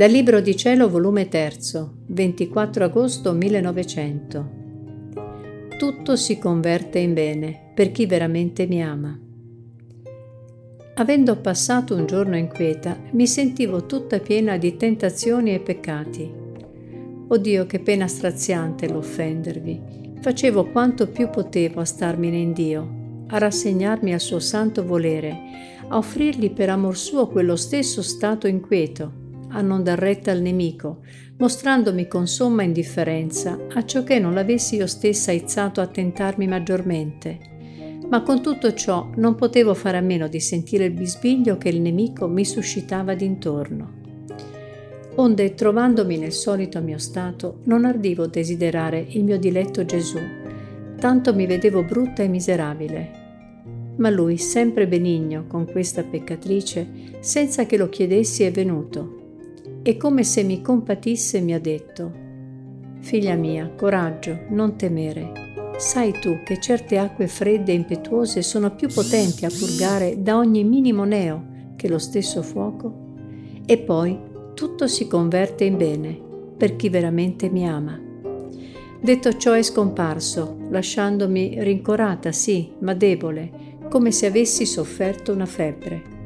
Dal Libro di Cielo, volume 3, 24 agosto 1900. Tutto si converte in bene per chi veramente mi ama. Avendo passato un giorno inquieta, mi sentivo tutta piena di tentazioni e peccati. Oh Dio, che pena straziante l'offendervi! Facevo quanto più potevo a starmene in Dio, a rassegnarmi al suo santo volere, a offrirgli per amor suo quello stesso stato inquieto, a non dar retta al nemico, mostrandomi con somma indifferenza a ciò che non l'avessi io stessa aizzato a tentarmi maggiormente. Ma con tutto ciò non potevo fare a meno di sentire il bisbiglio che il nemico mi suscitava d'intorno. Onde, trovandomi nel solito mio stato, non ardivo desiderare il mio diletto Gesù, tanto mi vedevo brutta e miserabile. Ma lui, sempre benigno con questa peccatrice, senza che lo chiedessi, è venuto, e come se mi compatisse mi ha detto: «Figlia mia, coraggio, non temere. Sai tu che certe acque fredde e impetuose sono più potenti a purgare da ogni minimo neo che lo stesso fuoco? E poi tutto si converte in bene per chi veramente mi ama». Detto ciò è scomparso, lasciandomi rincorata, sì, ma debole, come se avessi sofferto una febbre.